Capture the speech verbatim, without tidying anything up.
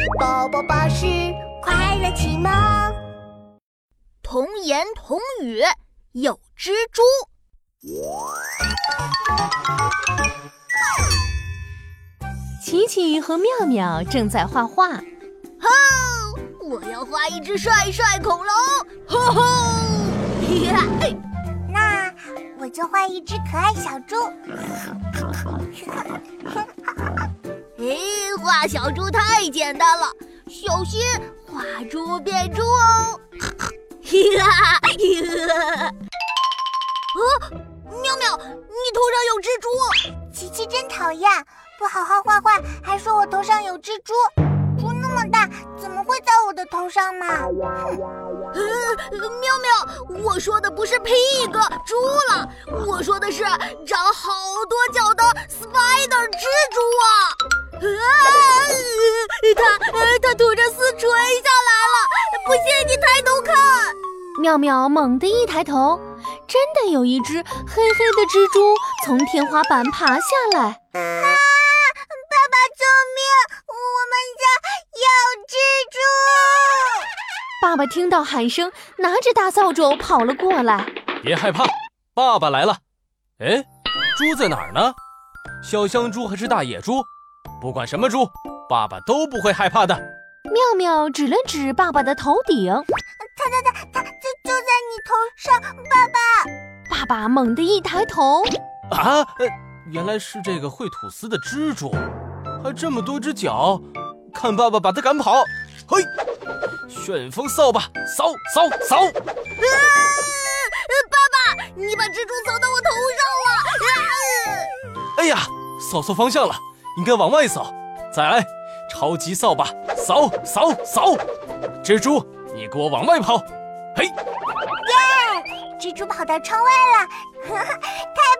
宝宝巴士快乐启蒙。 童言童语有蜘蛛。 琪琪和妙妙正在画画。 吼！我要画一只帅帅恐龙。吼吼！ 那我就画一只可爱小猪。 哎，画小猪太简单了，小心画猪变猪哦！哦，妙妙，你头上有蜘蛛！ 琪琪真讨厌，不好好画画，还说我头上有蜘蛛。猪那么大，怎么会在我的头上嘛？ 呃，妙妙，我说的不是 pig 猪了，我说的是长好多脚的 spider 蜘蛛啊！啊，它呃它吐着丝垂下来了，不信你抬头看。 妙妙猛地一抬头，真的有一只黑黑的蜘蛛从天花板爬下来。 啊！爸爸救命！我们家有蜘蛛！ 爸爸听到喊声，拿着大扫帚跑了过来。 别害怕，爸爸来了。哎，猪在哪儿呢？小香猪还是大野猪？不管什么猪，爸爸都不会害怕的。 妙妙指了指爸爸的头顶。 它它它它就就在你头上，爸爸！ 爸爸猛地一抬头， 啊，呃、原来是这个会吐丝的蜘蛛，还这么多只脚，看爸爸把它赶跑！嘿，旋风扫把，扫扫扫！啊！ 爸爸，你把蜘蛛扫到我头上了！啊！ 哎呀，扫错方向了，应该往外扫。再来，超级扫把，扫扫扫！蜘蛛，你给我往外跑！嘿， 耶！蜘蛛跑到窗外了，呵呵，太